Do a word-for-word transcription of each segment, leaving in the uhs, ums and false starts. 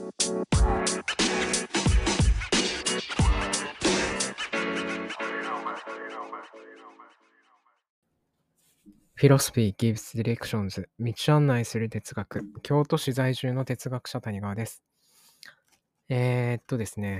Philosophy gives directions 道案内する哲学京都市在住の哲学者谷川です。えー、っとですね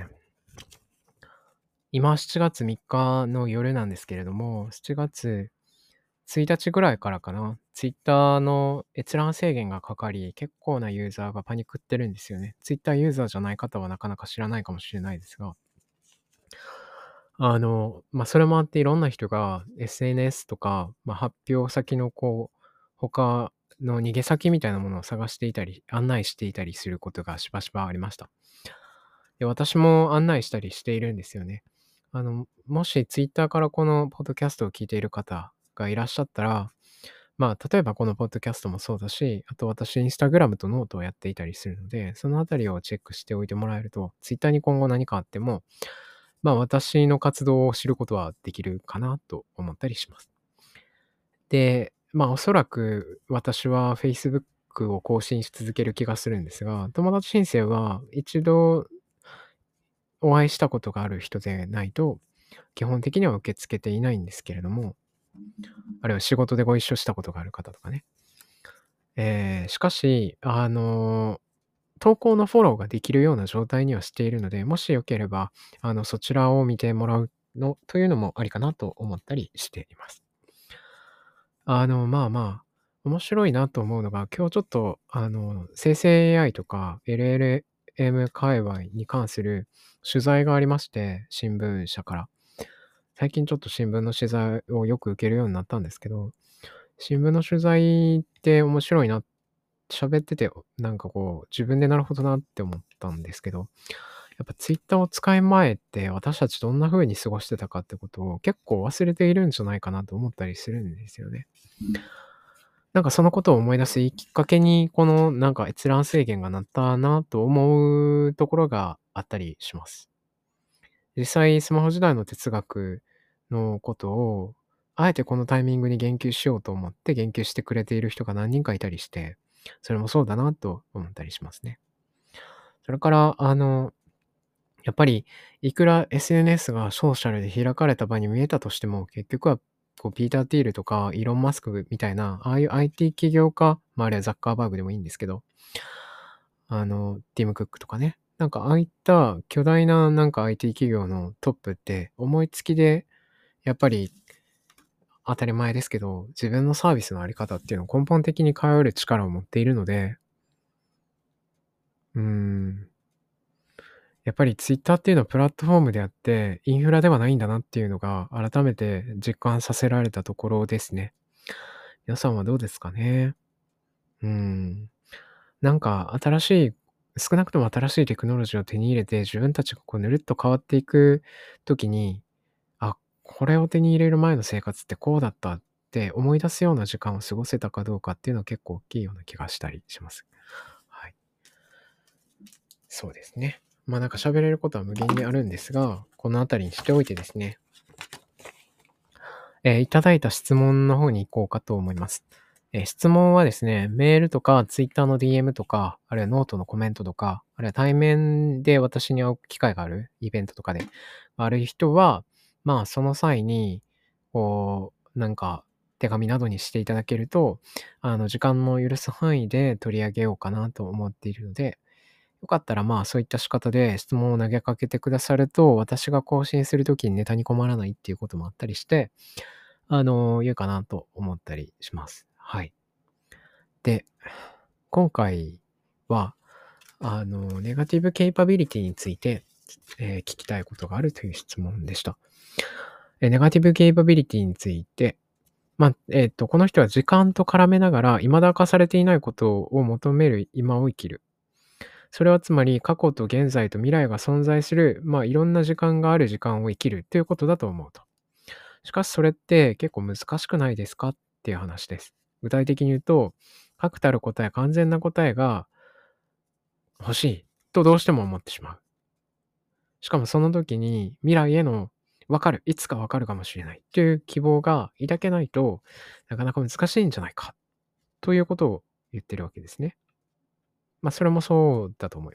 今しちがつみっかの夜なんですけれども、しちがつついたちぐらいからかな、Twitter の閲覧制限がかかり、結構なユーザーがパニクってるんですよね。Twitter ユーザーじゃない方はなかなか知らないかもしれないですが、あの、まあ、それもあっていろんな人が エスエヌエス とか、まあ、発表先のこう、他の逃げ先みたいなものを探していたり、案内していたりすることがしばしばありました。で、私も案内したりしているんですよね。あの、もし Twitter からこのポッドキャストを聞いている方がいらっしゃったら、まあ、例えばこのポッドキャストもそうだし、あと私、インスタグラムとノートをやっていたりするので、そのあたりをチェックしておいてもらえると、Twitter に今後何かあっても、まあ、私の活動を知ることはできるかなと思ったりします。で、まあ、おそらく私は Facebook を更新し続ける気がするんですが、友達申請は一度お会いしたことがある人でないと、基本的には受け付けていないんですけれども、あるいは仕事でご一緒したことがある方とかね。えーしかし、あの、投稿のフォローができるような状態にはしているので、もしよければ、あの、そちらを見てもらうのというのもありかなと思ったりしています。あの、まあまあ、面白いなと思うのが、今日ちょっと、あの、生成 エーアイ とか エルエルエム 界隈に関する取材がありまして、新聞社から。最近ちょっと新聞の取材をよく受けるようになったんですけど、新聞の取材って面白いな、喋ってて、なんかこう、自分でなるほどなって思ったんですけど、やっぱ Twitter を使い前って私たちどんな風に過ごしてたかってことを結構忘れているんじゃないかなと思ったりするんですよね。なんかそのことを思い出すいいきっかけに、このなんか閲覧制限がなったなと思うところがあったりします。実際スマホ時代の哲学のことを、あえてこのタイミングに言及しようと思って言及してくれている人が何人かいたりして、それもそうだなと思ったりしますね。それから、あの、やっぱりいくら エスエヌエス がソーシャルで開かれた場に見えたとしても、結局はこうピーター・ティールとかイーロン・マスクみたいな、ああいう アイティー 起業家、まあ、あるいはザッカーバーグでもいいんですけど、あの、ティム・クックとかね。なんかああいった巨大ななんか アイティー 企業のトップって思いつきで、やっぱり当たり前ですけど、自分のサービスのあり方っていうのを根本的に変える力を持っているので、うーん、やっぱりツイッターっていうのはプラットフォームであって、インフラではないんだなっていうのが改めて実感させられたところですね。皆さんはどうですかね。うーん。なんか新しい、少なくとも新しいテクノロジーを手に入れて、自分たちがこうぬるっと変わっていく時に、あ、これを手に入れる前の生活ってこうだったって思い出すような時間を過ごせたかどうかっていうのは結構大きいような気がしたりします。はい。そうですね。まあなんか喋れることは無限にあるんですが、このあたりにしておいてですね、えーいただいた質問の方に行こうかと思います。えー質問はですね、メールとか、ツイッターの ディーエム とか、あるいはノートのコメントとか、あるいは対面で私に会う機会があるイベントとかで、ある人は、まあその際に、こう、なんか手紙などにしていただけると、あの、時間の許す範囲で取り上げようかなと思っているので、よかったらまあそういった仕方で質問を投げかけてくださると、私が更新するときにネタに困らないっていうこともあったりして、あの、言うかなと思ったりします。はい。で、今回は、あの、ネガティブケイパビリティについて、えー聞きたいことがあるという質問でした。えーネガティブケイパビリティについて、まあ、えっと、この人は時間と絡めながら、未だ明かされていないことを求める今を生きる。それはつまり、過去と現在と未来が存在する、まあ、いろんな時間がある時間を生きるということだと思うと。しかしそれって結構難しくないですかっていう話です。具体的に言うと、確たる答え、完全な答えが欲しいとどうしても思ってしまう。しかもその時に未来へのわかる、いつかわかるかもしれないっていう希望が抱けないとなかなか難しいんじゃないかということを言ってるわけですね。まあそれもそうだと思います。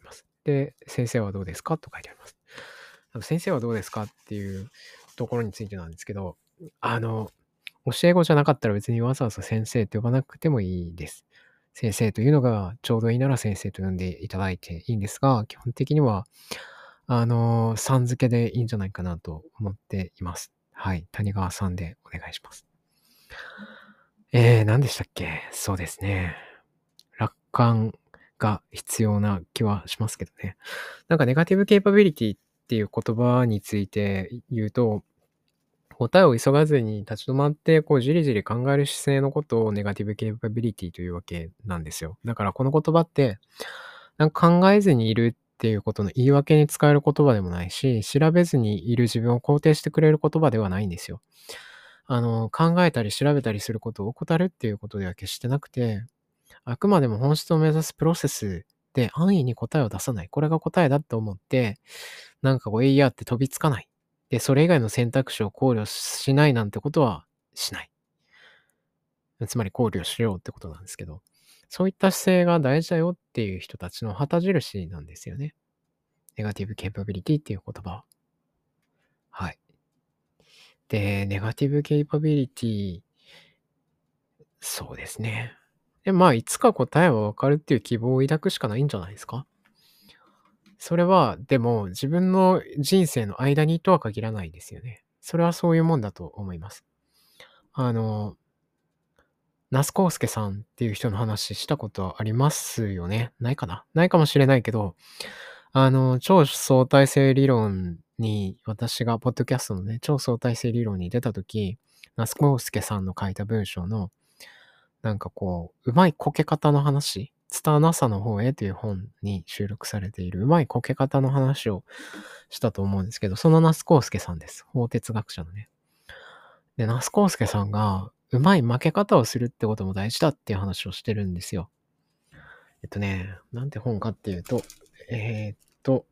で、先生はどうですかと書いてあります。あの先生はどうですかっていうところについてなんですけど、あの、教え子じゃなかったら別にわざわざ先生って呼ばなくてもいいです。先生というのがちょうどいいなら先生と呼んでいただいていいんですが、基本的には、あの、さん付けでいいんじゃないかなと思っています。はい。谷川さんでお願いします。えー、何でしたっけ？そうですね。楽観が必要な気はしますけどね。なんかネガティブケイパビリティっていう言葉について言うと、答えを急がずに立ち止まって、こう、じりじり考える姿勢のことをネガティブケイパビリティというわけなんですよ。だからこの言葉って、なんか考えずにいるっていうことの言い訳に使える言葉でもないし、調べずにいる自分を肯定してくれる言葉ではないんですよ。あの、考えたり調べたりすることを怠るっていうことでは決してなくて、あくまでも本質を目指すプロセスで安易に答えを出さない。これが答えだと思って、なんかこう、えいやって飛びつかない。で、それ以外の選択肢を考慮しないなんてことはしない。つまり考慮しようってことなんですけど、そういった姿勢が大事だよっていう人たちの旗印なんですよね。ネガティブケイパビリティっていう言葉。はい。で、ネガティブケイパビリティ、そうですね。で、まあ、いつか答えはわかるっていう希望を抱くしかないんじゃないですか。それは、でも、自分の人生の間にとは限らないですよね。それはそういうもんだと思います。あの、那須康介さんっていう人の話したことありますよね。ないかなないかもしれないけど、あの、超相対性理論に、私がポッドキャストのね、超相対性理論に出たとき、那須康介さんの書いた文章の、なんかこう、うまいこけ方の話、ツタナサの方へという本に収録されているうまいこけ方の話をしたと思うんですけど、その那須康介さんです。法哲学者のね。で、那須康介さんが、うまい負け方をするってことも大事だっていう話をしてるんですよ。えっとね、なんて本かっていうと、えーっと、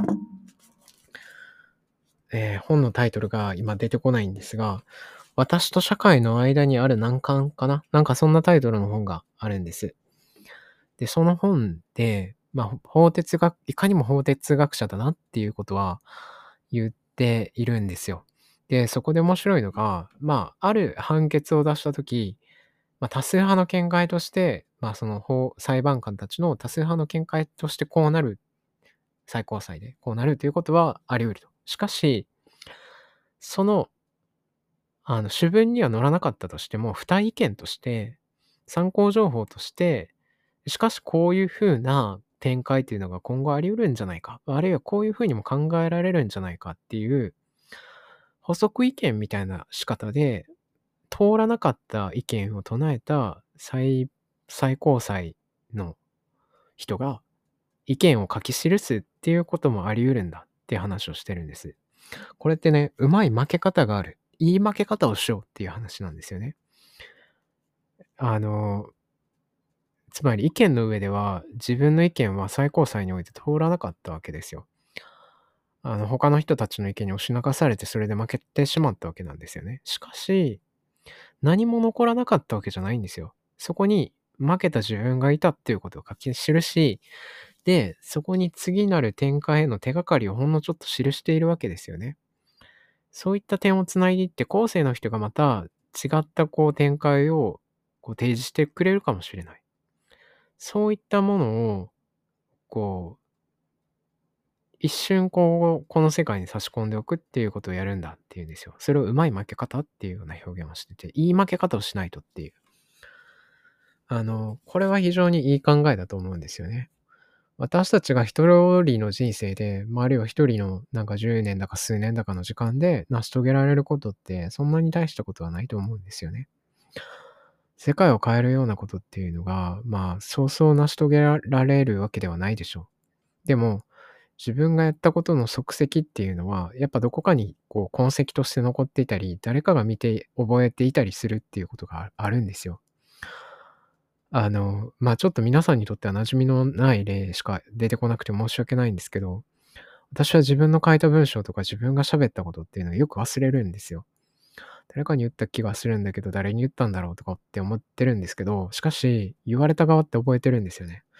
えー本のタイトルが今出てこないんですが、私と社会の間にある難関かななんかそんなタイトルの本があるんです。で、その本で、まあ、法哲学、いかにも法哲学者だなっていうことは言っているんですよ。で、そこで面白いのが、まあ、ある判決を出したとき、まあ、多数派の見解として、まあ、その法、裁判官たちの多数派の見解としてこうなる、最高裁でこうなるということはあり得ると。しかし、その、あの、主文には乗らなかったとしても、付帯意見として、参考情報として、しかしこういう風な展開っていうのが今後あり得るんじゃないか、あるいはこういう風にも考えられるんじゃないかっていう補足意見みたいな仕方で、通らなかった意見を唱えた最最高裁の人が意見を書き記すっていうこともあり得るんだっていう話をしてるんです。これってね、うまい負け方がある。言い負け方をしようっていう話なんですよね。あの、つまり意見の上では、自分の意見は最高裁において通らなかったわけですよ。あの、他の人たちの意見に押し流されてそれで負けてしまったわけなんですよね。しかし、何も残らなかったわけじゃないんですよ。そこに負けた自分がいたっていうことを書き記し、で、そこに次なる展開への手がかりをほんのちょっと記しているわけですよね。そういった点をつないでいって、後世の人がまた違ったこう展開をこう提示してくれるかもしれない。そういったものを、こう、一瞬こう、この世界に差し込んでおくっていうことをやるんだっていうんですよ。それをうまい負け方っていうような表現をしてて、いい負け方をしないとっていう。あの、これは非常にいい考えだと思うんですよね。私たちが一人の人生で、まあ、あるいは一人のなんかじゅうねんだか数年だかの時間で成し遂げられることって、そんなに大したことはないと思うんですよね。世界を変えるようなことっていうのが、まあ、そうそう成し遂げられるわけではないでしょう。でも、自分がやったことの足跡っていうのは、やっぱどこかにこう痕跡として残っていたり、誰かが見て覚えていたりするっていうことがあるんですよ。あの、まあ、ちょっと皆さんにとっては馴染みのない例しか出てこなくて申し訳ないんですけど、私は自分の書いた文章とか自分が喋ったことっていうのをよく忘れるんですよ。誰かに言った気がするんだけど、誰に言ったんだろうとかって思ってるんですけど、しかし、言われた側って覚えてるんですよね。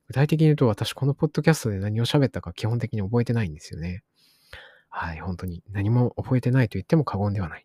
具体的に言うと、私このポッドキャストで何を喋ったか基本的に覚えてないんですよね。はい、本当に何も覚えてないと言っても過言ではない。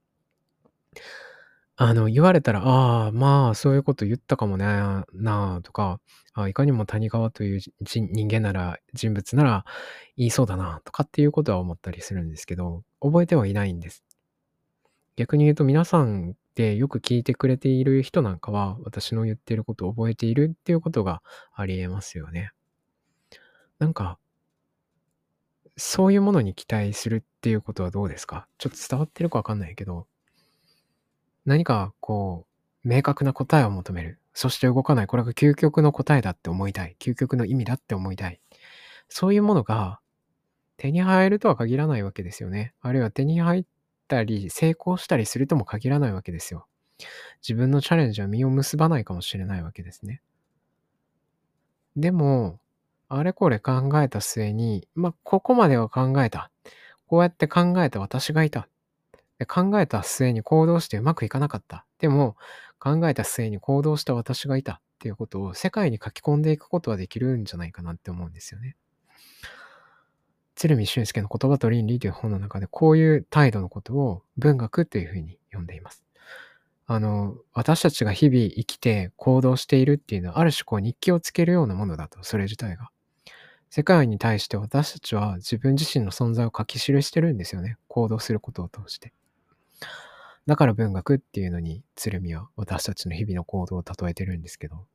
あの、言われたら、ああ、まあ、そういうこと言ったかもねなあとか、あいかにも谷川というじ人人間なら、人物なら言いそうだなとかっていうことは思ったりするんですけど、覚えてはいないんです。逆に言うと皆さんでよく聞いてくれている人なんかは、私の言っていることを覚えているっていうことがあり得ますよね。なんか、そういうものに期待するっていうことはどうですか？ちょっと伝わってるかわかんないけど、何かこう、明確な答えを求める。そして動かない。これが究極の答えだって思いたい。究極の意味だって思いたい。そういうものが手に入るとは限らないわけですよね。あるいは手に入ったり、成功したりするとも限らないわけですよ。自分のチャレンジは実を結ばないかもしれないわけですね。でも、あれこれ考えた末に、ま、ここまでは考えた。こうやって考えた私がいた。で、考えた末に行動してうまくいかなかった。でも、考えた末に行動した私がいたっていうことを世界に書き込んでいくことはできるんじゃないかなって思うんですよね。鶴見俊介の言葉と倫理という本の中でこういう態度のことを文学というふうに呼んでいます。あの、私たちが日々生きて行動しているっていうのはある種こう日記をつけるようなものだと、それ自体が。世界に対して私たちは自分自身の存在を書き記してるんですよね。行動することを通して。だから文学っていうのに鶴見は私たちの日々の行動を例えてるんですけど、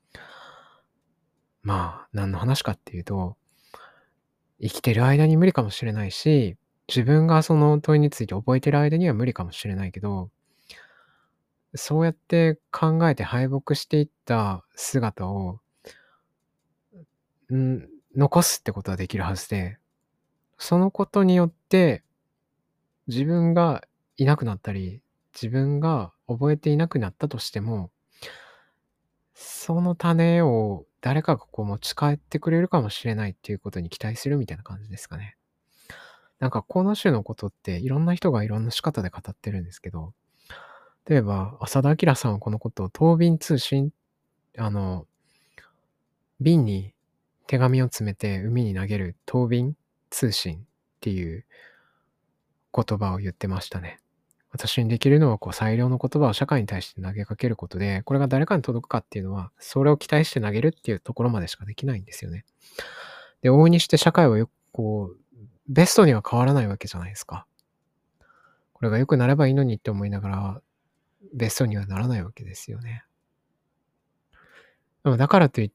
まあ、何の話かっていうと、生きてる間に無理かもしれないし、自分がその問いについて覚えてる間には無理かもしれないけど、そうやって考えて敗北していった姿を、ん、残すってことはできるはずで、そのことによって自分がいなくなったり、自分が覚えていなくなったとしても、その種を誰かがこう持ち帰ってくれるかもしれないっていうことに期待するみたいな感じですかね。なんかこの種のことっていろんな人がいろんな仕方で語ってるんですけど、例えば浅田彰さんはこのことを等便通信、あの、瓶に手紙を詰めて海に投げる等便通信っていう言葉を言ってましたね。私にできるのはこう最良の言葉を社会に対して投げかけることで、これが誰かに届くかっていうのは、それを期待して投げるっていうところまでしかできないんですよね。で、往々にして社会はよくこう、ベストには変わらないわけじゃないですか。これが良くなればいいのにって思いながら、ベストにはならないわけですよね。でもだからといって、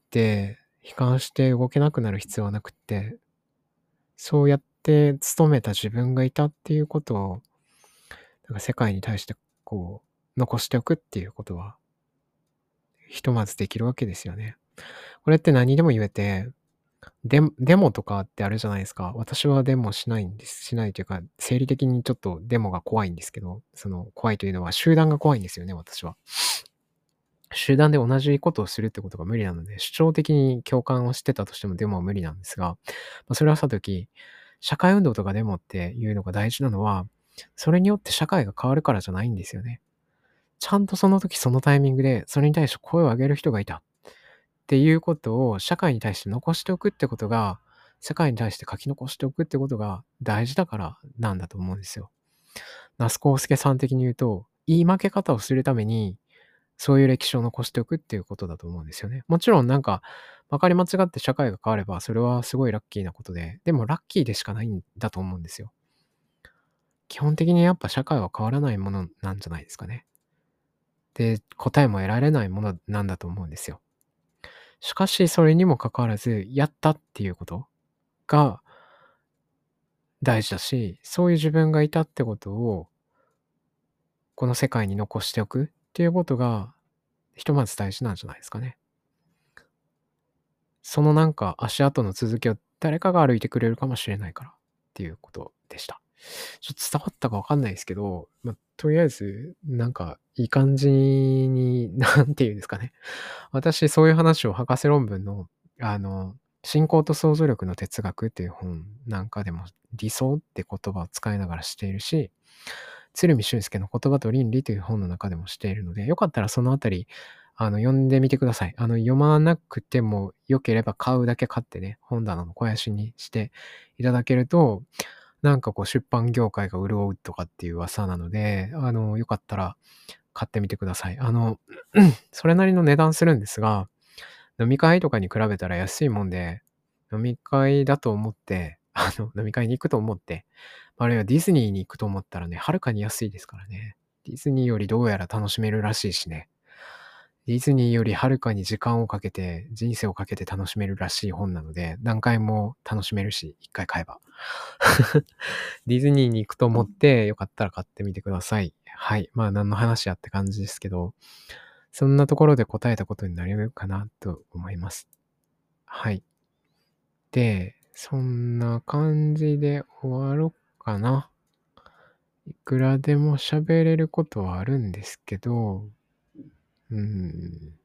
悲観して動けなくなる必要はなくって、そうやって努めた自分がいたっていうことを、なんか世界に対してこう、残しておくっていうことは、ひとまずできるわけですよね。これって何にでも言えて、デデモとかってあるじゃないですか。私はデモしないんです。しないというか、生理的にちょっとデモが怖いんですけど、その怖いというのは集団が怖いんですよね、私は。集団で同じことをするってことが無理なので、主張的に共感をしてたとしてもデモは無理なんですが、まあ、それはさておき、社会運動とかデモっていうのが大事なのは、それによって社会が変わるからじゃないんですよね。ちゃんとその時そのタイミングで、それに対して声を上げる人がいたっていうことを社会に対して残しておくってことが、世界に対して書き残しておくってことが大事だからなんだと思うんですよ。那須幸介さん的に言うと、言い負け方をするために、そういう歴史を残しておくっていうことだと思うんですよね。もちろんなんか、分かり間違って社会が変われば、それはすごいラッキーなことで、でもラッキーでしかないんだと思うんですよ。基本的にやっぱ社会は変わらないものなんじゃないですかね。で、答えも得られないものなんだと思うんですよ。しかし、それにもかかわらず、やったっていうことが大事だし、そういう自分がいたってことを、この世界に残しておくっていうことが、ひとまず大事なんじゃないですかね。そのなんか足跡の続きを誰かが歩いてくれるかもしれないからっていうことでした。ちょっと伝わったかわかんないですけど、ま、とりあえず、なんかいい感じに、なんていうんですかね。私そういう話を博士論文の、あの、信仰と想像力の哲学っていう本なんかでも理想って言葉を使いながらしているし、鶴見俊介の言葉と倫理という本の中でもしているので、よかったらそのあたり、 あの、読んでみてください。あの、読まなくても良ければ買うだけ買ってね、本棚の肥やしにしていただけると、なんかこう出版業界が潤うとかっていう噂なので、あの、よかったら買ってみてください。あの、それなりの値段するんですが、飲み会とかに比べたら安いもんで、飲み会だと思って、あの、飲み会に行くと思って、あるいはディズニーに行くと思ったらね、はるかに安いですからね。ディズニーよりどうやら楽しめるらしいしね。ディズニーよりはるかに時間をかけて、人生をかけて楽しめるらしい本なので、何回も楽しめるし、一回買えば。ディズニーに行くと思って、よかったら買ってみてください。はい。まあ、何の話やって感じですけど、そんなところで答えたことになるかなと思います。はい。で、そんな感じで終わろうかな。いくらでも喋れることはあるんですけど、うーん。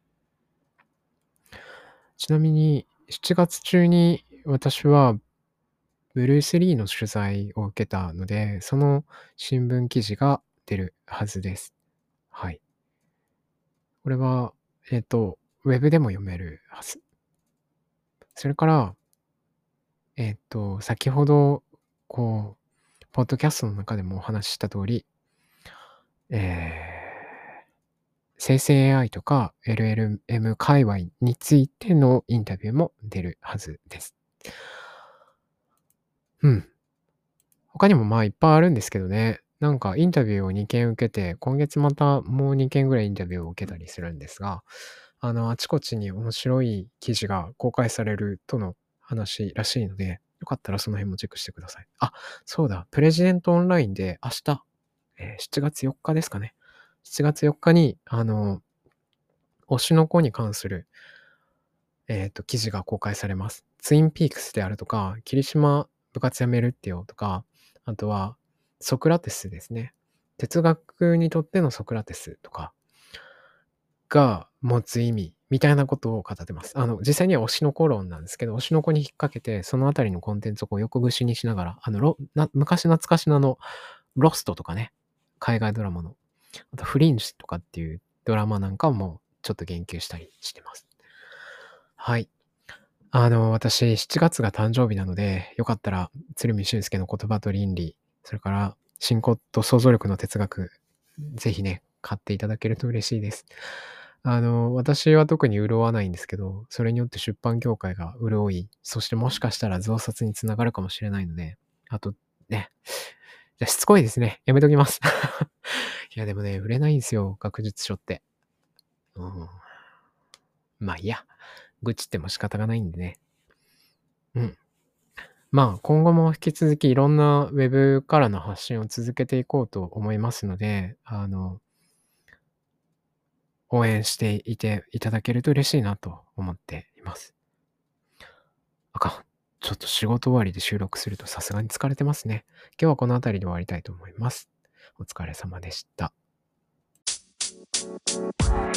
ちなみに、しちがつ中に私はブルース・リーの取材を受けたので、その新聞記事が出るはずです。はい。これは、えっと、ウェブでも読めるはず。それから、えっと、先ほど、こう、ポッドキャストの中でもお話しした通り、えー生成 エーアイ とか エルエルエム 界隈についてのインタビューも出るはずです。うん。他にもまあいっぱいあるんですけどね。なんかインタビューをにけん受けて、今月またもうにけんぐらいインタビューを受けたりするんですが、あの、あちこちに面白い記事が公開されるとの話らしいので、よかったらその辺もチェックしてください。あ、そうだ、プレジデントオンラインで明日、えーしちがつよっかですかね。しちがつよっかに、あの、推しの子に関する、えっと、記事が公開されます。ツインピークスであるとか、霧島部活やめるってよとか、あとはソクラテスですね。哲学にとってのソクラテスとかが持つ意味みたいなことを語ってます。あの、実際には推しの子論なんですけど、推しの子に引っ掛けて、そのあたりのコンテンツをこう横串にしながら、あの、ロな昔懐かしのあの、ロストとかね、海外ドラマの、あとフリンジとかっていうドラマなんかもちょっと言及したりしてます。はい。あの、私、しちがつが誕生日なので、よかったら、鶴見俊介の言葉と倫理、それから、信仰と想像力の哲学、ぜひね、買っていただけると嬉しいです。あの、私は特に潤わないんですけど、それによって出版業界が潤い、そしてもしかしたら増刷につながるかもしれないので、あと、ね、じゃしつこいですね。やめときます。いや、でもね、売れないんですよ、学術書って。うん。まあいいや。愚痴っても仕方がないんでね。うん。まあ、今後も引き続きいろんなウェブからの発信を続けていこうと思いますので、あの、応援していていただけると嬉しいなと思っています。あかん。ちょっと仕事終わりで収録するとさすがに疲れてますね。今日はこの辺りで終わりたいと思います。お疲れ様でした。